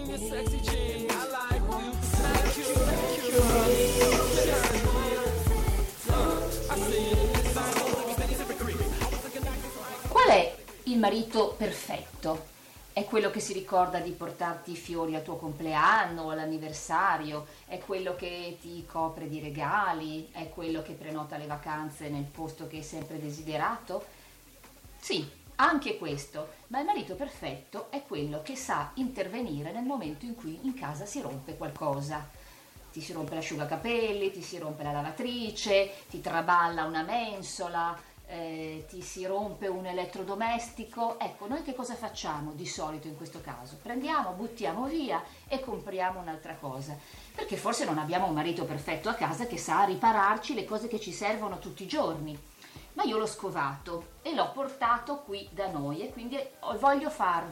Qual è il marito perfetto? È quello che si ricorda di portarti i fiori al tuo compleanno, all'anniversario, è quello che ti copre di regali, è quello che prenota le vacanze nel posto che hai sempre desiderato? Sì, anche questo, ma il marito perfetto è quello che sa intervenire nel momento in cui in casa si rompe qualcosa. Ti si rompe l'asciugacapelli, ti si rompe la lavatrice, ti traballa una mensola, ti si rompe un elettrodomestico. Ecco, noi che cosa facciamo di solito in questo caso? Prendiamo, buttiamo via e compriamo un'altra cosa, perché forse non abbiamo un marito perfetto a casa che sa ripararci le cose che ci servono tutti i giorni. Ma io l'ho scovato e l'ho portato qui da noi e quindi voglio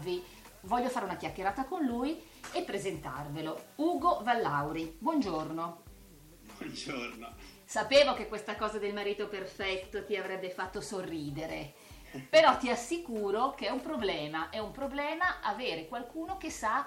fare una chiacchierata con lui e presentarvelo. Ugo Vallauri, buongiorno. Buongiorno. Sapevo che questa cosa del marito perfetto ti avrebbe fatto sorridere, però ti assicuro che è un problema avere qualcuno che sa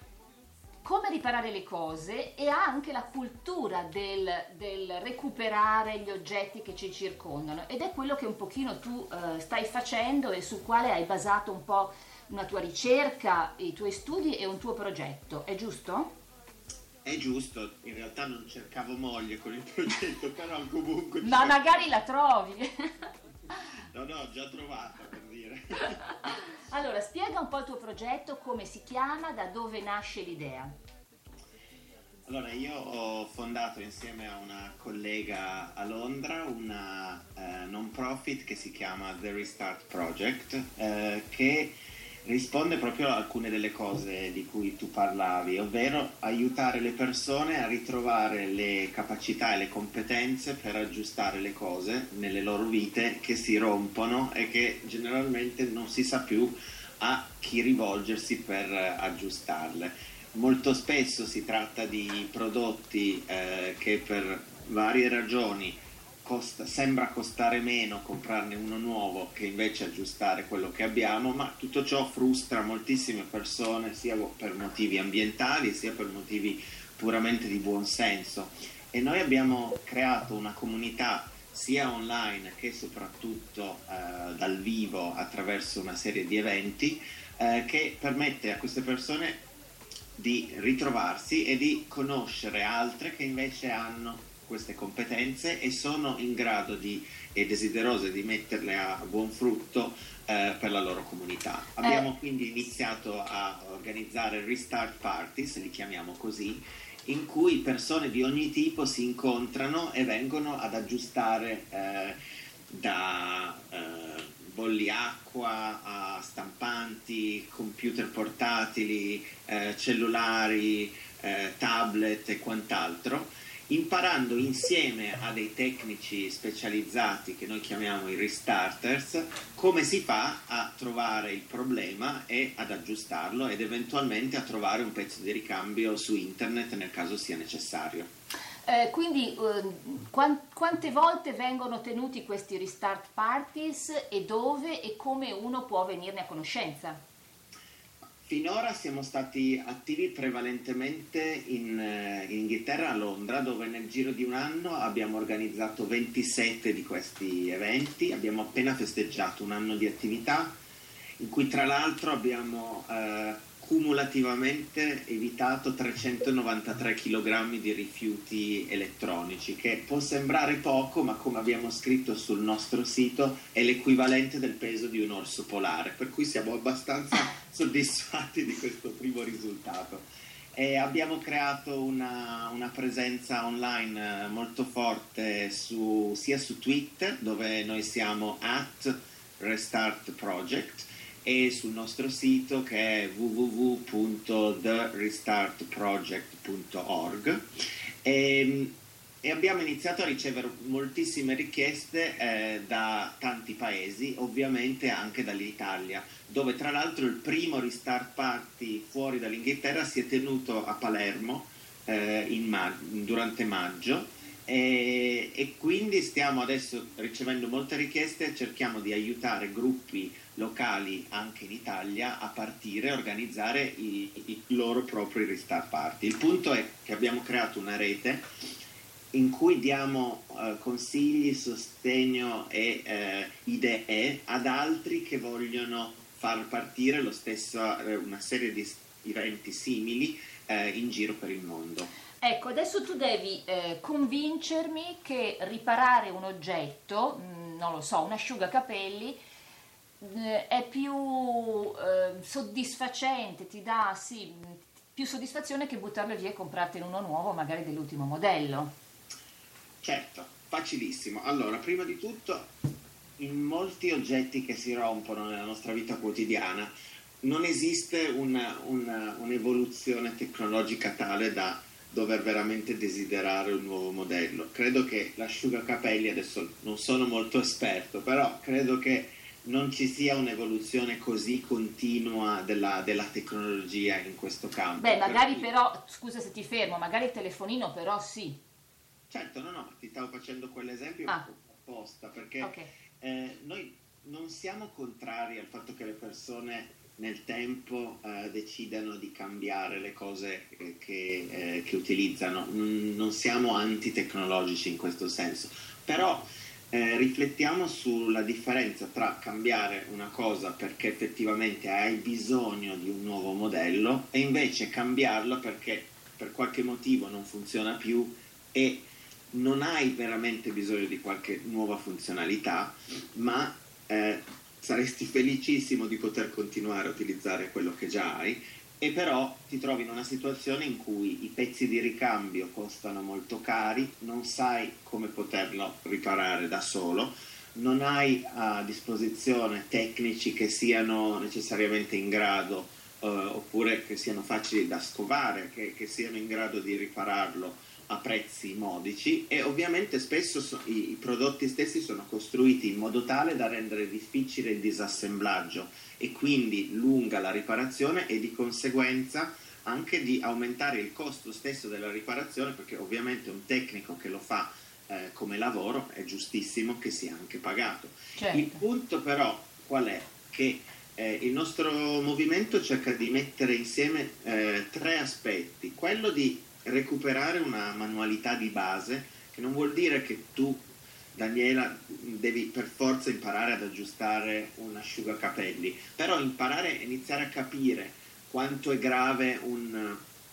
come riparare le cose e ha anche la cultura del recuperare gli oggetti che ci circondano, ed è quello che un pochino tu stai facendo e sul quale hai basato un po' una tua ricerca, i tuoi studi e un tuo progetto, è giusto? È giusto, in realtà non cercavo moglie con il progetto, però comunque... Ma magari la trovi! No, ho già trovato, per dire. Allora, spiega un po' il tuo progetto, come si chiama, da dove nasce l'idea. Allora, io ho fondato insieme a una collega a Londra una non profit che si chiama The Restart Project, che risponde proprio a alcune delle cose di cui tu parlavi, ovvero aiutare le persone a ritrovare le capacità e le competenze per aggiustare le cose nelle loro vite che si rompono e che generalmente non si sa più a chi rivolgersi per aggiustarle. Molto spesso si tratta di prodotti che per varie ragioni sembra costare meno comprarne uno nuovo che invece aggiustare quello che abbiamo, ma tutto ciò frustra moltissime persone sia per motivi ambientali sia per motivi puramente di buon senso. E noi abbiamo creato una comunità sia online che soprattutto dal vivo attraverso una serie di eventi che permette a queste persone di ritrovarsi e di conoscere altre che invece hanno queste competenze e sono in grado e desiderose di metterle a buon frutto per la loro comunità. Abbiamo quindi iniziato a organizzare restart parties, li chiamiamo così, in cui persone di ogni tipo si incontrano e vengono ad aggiustare da bolli acqua a stampanti, computer portatili, cellulari, tablet e quant'altro, imparando insieme a dei tecnici specializzati che noi chiamiamo i restarters come si fa a trovare il problema e ad aggiustarlo ed eventualmente a trovare un pezzo di ricambio su internet nel caso sia necessario. Quindi quante volte vengono tenuti questi restart parties e dove e come uno può venirne a conoscenza? Finora siamo stati attivi prevalentemente in Inghilterra, a Londra, dove nel giro di un anno abbiamo organizzato 27 di questi eventi. Abbiamo appena festeggiato un anno di attività in cui tra l'altro abbiamo cumulativamente evitato 393 kg di rifiuti elettronici, che può sembrare poco, ma come abbiamo scritto sul nostro sito è l'equivalente del peso di un orso polare, per cui siamo abbastanza soddisfatti di questo primo risultato. E abbiamo creato una presenza online molto forte sia su Twitter, dove noi siamo @restartproject, e sul nostro sito che è www.therestartproject.org e abbiamo iniziato a ricevere moltissime richieste da tanti paesi, ovviamente anche dall'Italia, dove tra l'altro il primo Restart Party fuori dall'Inghilterra si è tenuto a Palermo durante maggio. E quindi stiamo adesso ricevendo molte richieste e cerchiamo di aiutare gruppi locali anche in Italia a partire e organizzare i loro propri restart party. Il punto è che abbiamo creato una rete in cui diamo consigli, sostegno e idee ad altri che vogliono far partire una serie di eventi simili in giro per il mondo. Ecco, adesso tu devi convincermi che riparare un oggetto, non lo so, un asciugacapelli, è più soddisfacente, ti dà sì, più soddisfazione che buttarlo via e comprartene uno nuovo, magari dell'ultimo modello. Certo, facilissimo. Allora, prima di tutto, in molti oggetti che si rompono nella nostra vita quotidiana non esiste un'evoluzione tecnologica tale da dover veramente desiderare un nuovo modello. Credo che l'asciugacapelli, adesso non sono molto esperto, però credo che non ci sia un'evoluzione così continua della tecnologia in questo campo. Beh, magari però, scusa se ti fermo, magari il telefonino però sì. Certo, no, ti stavo facendo quell'esempio apposta, perché Ok. Noi non siamo contrari al fatto che le persone nel tempo decidano di cambiare le cose che utilizzano. Non siamo antitecnologici in questo senso, però riflettiamo sulla differenza tra cambiare una cosa perché effettivamente hai bisogno di un nuovo modello e invece cambiarla perché per qualche motivo non funziona più e non hai veramente bisogno di qualche nuova funzionalità, ma saresti felicissimo di poter continuare a utilizzare quello che già hai, e però ti trovi in una situazione in cui i pezzi di ricambio costano molto cari, non sai come poterlo riparare da solo, non hai a disposizione tecnici che siano necessariamente in grado oppure che siano facili da scovare, che siano in grado di ripararlo a prezzi modici, e ovviamente spesso i prodotti stessi sono costruiti in modo tale da rendere difficile il disassemblaggio e quindi lunga la riparazione e di conseguenza anche di aumentare il costo stesso della riparazione, perché ovviamente un tecnico che lo fa come lavoro è giustissimo che sia anche pagato. Certo. Il punto però qual è? Che il nostro movimento cerca di mettere insieme tre aspetti: quello di recuperare una manualità di base, che non vuol dire che tu, Daniela, devi per forza imparare ad aggiustare un asciugacapelli, però imparare, iniziare a capire quanto è grave un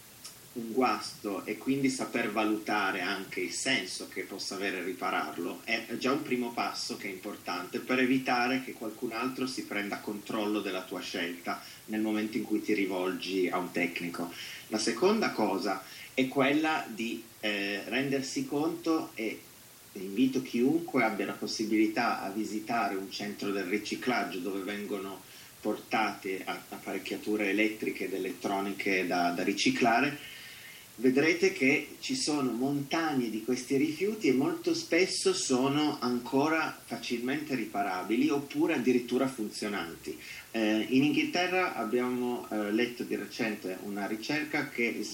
guasto e quindi saper valutare anche il senso che possa avere ripararlo è già un primo passo che è importante per evitare che qualcun altro si prenda controllo della tua scelta nel momento in cui ti rivolgi a un tecnico. La seconda cosa è quella di rendersi conto, e invito chiunque abbia la possibilità a visitare un centro del riciclaggio dove vengono portate apparecchiature elettriche ed elettroniche da riciclare, vedrete che ci sono montagne di questi rifiuti e molto spesso sono ancora facilmente riparabili oppure addirittura funzionanti. In Inghilterra abbiamo letto di recente una ricerca che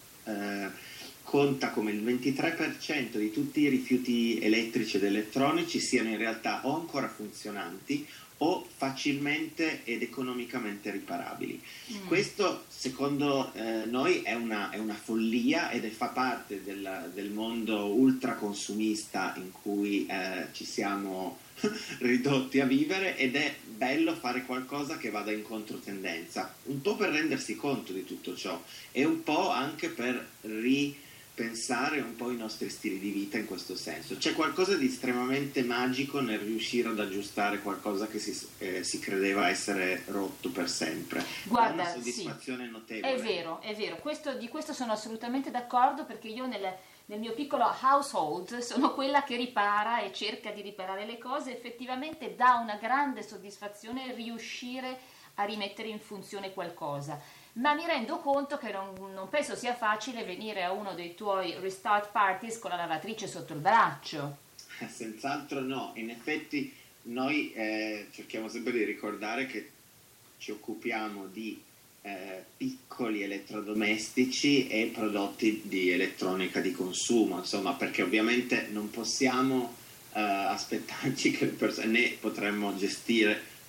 conta come il 23% di tutti i rifiuti elettrici ed elettronici siano in realtà o ancora funzionanti o facilmente ed economicamente riparabili. Questo secondo noi è una follia ed fa parte del mondo ultraconsumista in cui ci siamo ridotti a vivere, ed è bello fare qualcosa che vada in controtendenza, un po' per rendersi conto di tutto ciò e un po' anche per ripensare un po' i nostri stili di vita in questo senso. C'è qualcosa di estremamente magico nel riuscire ad aggiustare qualcosa che si credeva essere rotto per sempre. Guarda, è una soddisfazione notevole. È vero, di questo sono assolutamente d'accordo, perché io nel mio piccolo household sono quella che ripara e cerca di riparare le cose. Effettivamente dà una grande soddisfazione riuscire a rimettere in funzione qualcosa, ma mi rendo conto che non penso sia facile venire a uno dei tuoi restart parties con la lavatrice sotto il braccio. Senz'altro no, in effetti noi cerchiamo sempre di ricordare che ci occupiamo di piccoli elettrodomestici e prodotti di elettronica di consumo, insomma, perché ovviamente non possiamo aspettarci che le persone, né potremmo gestire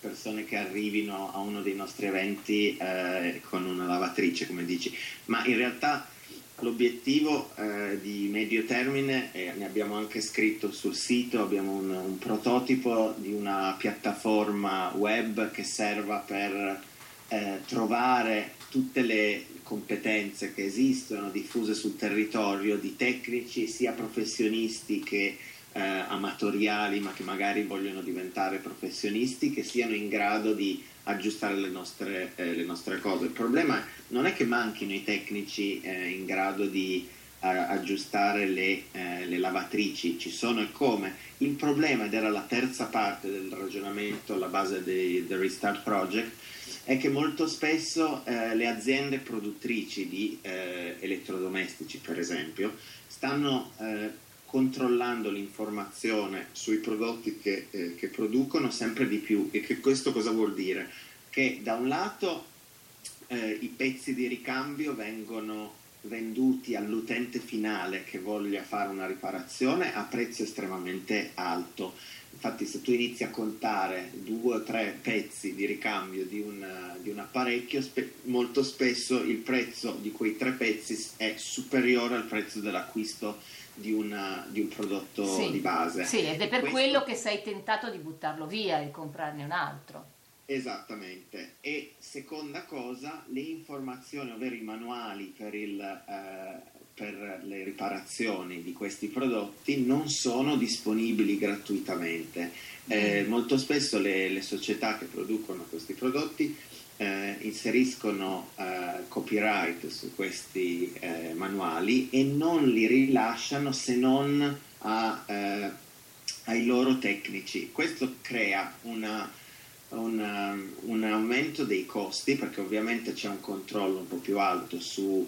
persone che arrivino a uno dei nostri eventi con una lavatrice, come dici, ma in realtà l'obiettivo di medio termine, ne abbiamo anche scritto sul sito, abbiamo un prototipo di una piattaforma web che serva per trovare tutte le competenze che esistono diffuse sul territorio di tecnici, sia professionisti che amatoriali, ma che magari vogliono diventare professionisti, che siano in grado di aggiustare le nostre cose. Il problema non è che manchino i tecnici in grado di aggiustare le lavatrici, ci sono e come. Il problema, ed era la terza parte del ragionamento alla base del Restart Project, è che molto spesso le aziende produttrici di elettrodomestici, per esempio, stanno controllando l'informazione sui prodotti che producono sempre di più. E che questo cosa vuol dire? Che da un lato i pezzi di ricambio vengono venduti all'utente finale che voglia fare una riparazione a prezzo estremamente alto. Infatti, se tu inizi a contare 2 o 3 pezzi di ricambio di un apparecchio, molto spesso il prezzo di quei 3 pezzi è superiore al prezzo dell'acquisto di un prodotto di base. Sì, ed è per quello che sei tentato di buttarlo via e comprarne un altro. Esattamente. E seconda cosa, le informazioni, ovvero i manuali per le riparazioni di questi prodotti non sono disponibili gratuitamente. Molto spesso le società che producono questi prodotti inseriscono copyright su questi manuali e non li rilasciano se non ai loro tecnici. Questo crea un aumento dei costi, perché ovviamente c'è un controllo un po' più alto su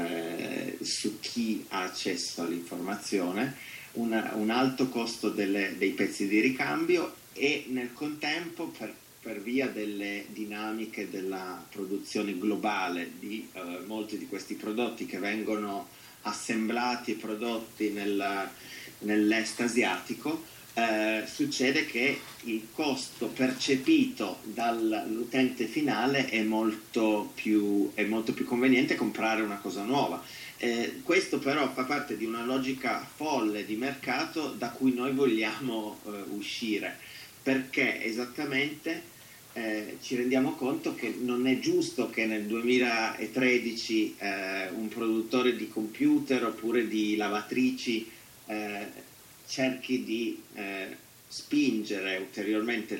chi ha accesso all'informazione, un alto costo dei pezzi di ricambio, e nel contempo per via delle dinamiche della produzione globale di molti di questi prodotti che vengono assemblati e prodotti nell'est asiatico, succede che il costo percepito dall'utente finale è molto più conveniente comprare una cosa nuova. Questo però fa parte di una logica folle di mercato da cui noi vogliamo uscire, perché esattamente ci rendiamo conto che non è giusto che nel 2013 un produttore di computer oppure di lavatrici cerchi di spingere ulteriormente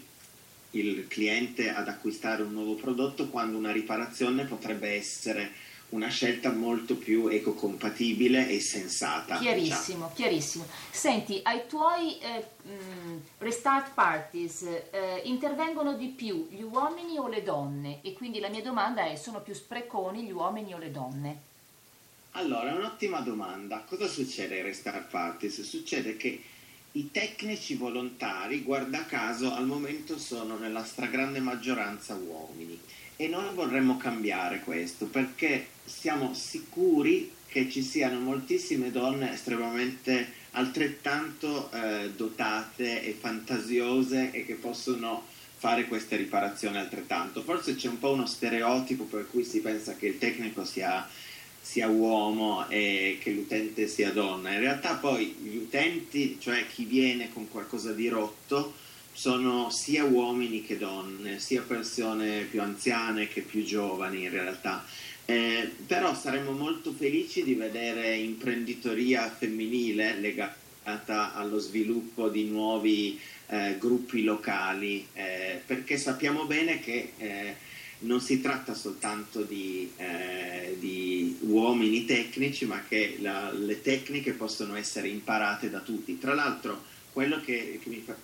il cliente ad acquistare un nuovo prodotto, quando una riparazione potrebbe essere una scelta molto più ecocompatibile e sensata. Chiarissimo, diciamo. chiarissimo. Senti, ai tuoi restart parties intervengono di più gli uomini o le donne? E quindi la mia domanda è: sono più spreconi gli uomini o le donne? Allora, è un'ottima domanda. Cosa succede ai restart parties? Succede che i tecnici volontari, guarda caso, al momento sono nella stragrande maggioranza uomini, e noi vorremmo cambiare questo, perché siamo sicuri che ci siano moltissime donne estremamente altrettanto dotate e fantasiose e che possono fare queste riparazioni altrettanto. Forse c'è un po' uno stereotipo per cui si pensa che il tecnico sia uomo e che l'utente sia donna. In realtà poi gli utenti, cioè chi viene con qualcosa di rotto, sono sia uomini che donne, sia persone più anziane che più giovani in realtà. Però saremmo molto felici di vedere imprenditoria femminile legata allo sviluppo di nuovi gruppi locali, perché sappiamo bene che non si tratta soltanto di uomini tecnici, ma che le tecniche possono essere imparate da tutti. Tra l'altro, quello che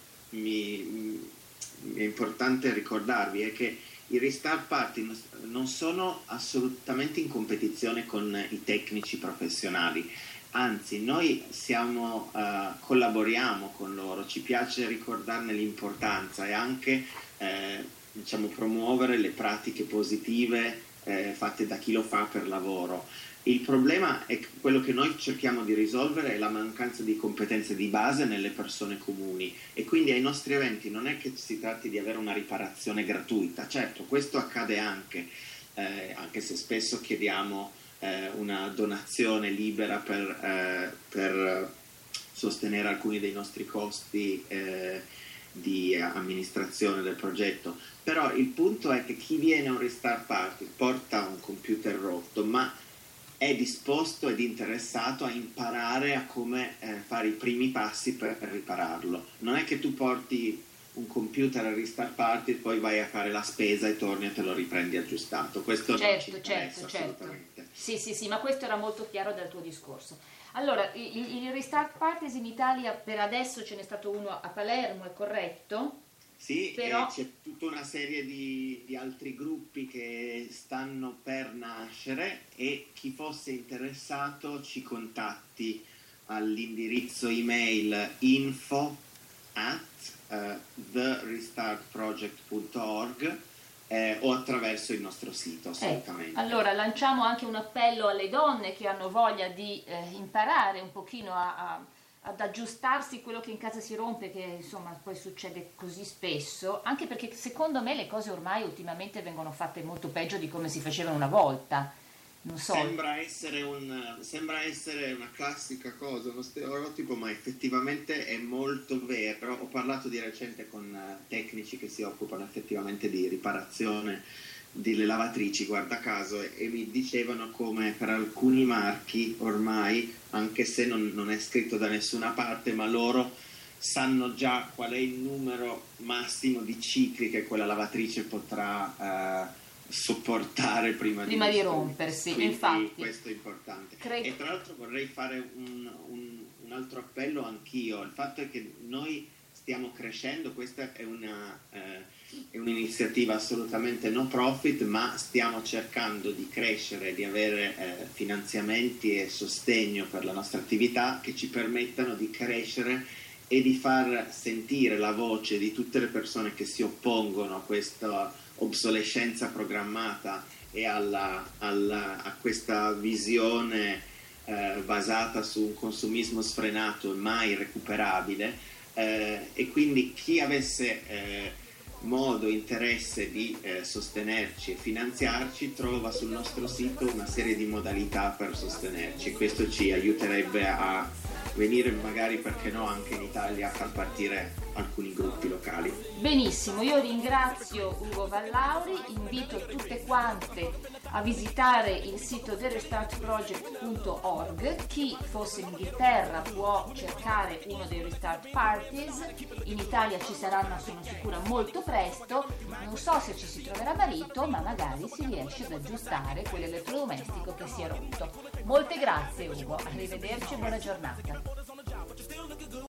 è importante ricordarvi è che i restart party non sono assolutamente in competizione con i tecnici professionali, anzi noi collaboriamo con loro, ci piace ricordarne l'importanza e anche promuovere le pratiche positive fatte da chi lo fa per lavoro. Il problema è che quello che noi cerchiamo di risolvere è la mancanza di competenze di base nelle persone comuni, e quindi ai nostri eventi non è che si tratti di avere una riparazione gratuita. Certo, questo accade anche se spesso chiediamo una donazione libera per sostenere alcuni dei nostri costi di amministrazione del progetto. Però il punto è che chi viene a un Restart Party porta un computer rotto, ma è disposto ed interessato a imparare a come fare i primi passi per ripararlo. Non è che tu porti un computer al Restart Party e poi vai a fare la spesa e torni e te lo riprendi aggiustato. Questo non ci interessa assolutamente. Sì, ma questo era molto chiaro dal tuo discorso. Allora, il Restart Parties in Italia per adesso ce n'è stato uno a Palermo, è corretto? Sì, però c'è tutta una serie di altri gruppi che stanno per nascere, e chi fosse interessato ci contatti all'indirizzo email info@therestartproject.org o attraverso il nostro sito, assolutamente. Allora lanciamo anche un appello alle donne che hanno voglia di imparare un pochino ad aggiustarsi quello che in casa si rompe, che insomma poi succede così spesso, anche perché secondo me le cose ormai ultimamente vengono fatte molto peggio di come si facevano una volta. Non so. Sembra essere una classica cosa, uno stereotipo, ma effettivamente è molto vero. Ho parlato di recente con tecnici che si occupano effettivamente di riparazione delle lavatrici, guarda caso, e mi dicevano come per alcuni marchi ormai, anche se non è scritto da nessuna parte, ma loro sanno già qual è il numero massimo di cicli che quella lavatrice potrà sopportare prima di rompersi. Quindi infatti questo è importante. E tra l'altro vorrei fare un altro appello anch'io. Il fatto è che noi stiamo crescendo, questa è un'iniziativa assolutamente no profit, ma stiamo cercando di crescere, di avere finanziamenti e sostegno per la nostra attività che ci permettano di crescere e di far sentire la voce di tutte le persone che si oppongono a questa obsolescenza programmata e a questa visione basata su un consumismo sfrenato e mai recuperabile. E quindi chi avesse modo, interesse di sostenerci e finanziarci, trova sul nostro sito una serie di modalità per sostenerci. Questo ci aiuterebbe a venire magari, perché no, anche in Italia a far partire alcuni gruppi locali. Benissimo, io ringrazio Ugo Vallauri, invito tutte quante a visitare il sito therestartproject.org. Chi fosse in Inghilterra può cercare uno dei Restart Parties, in Italia ci saranno, sono sicura, molto presto. Non so se ci si troverà marito, ma magari si riesce ad aggiustare quell'elettrodomestico che si è rotto. Molte grazie Ugo, arrivederci e buona giornata.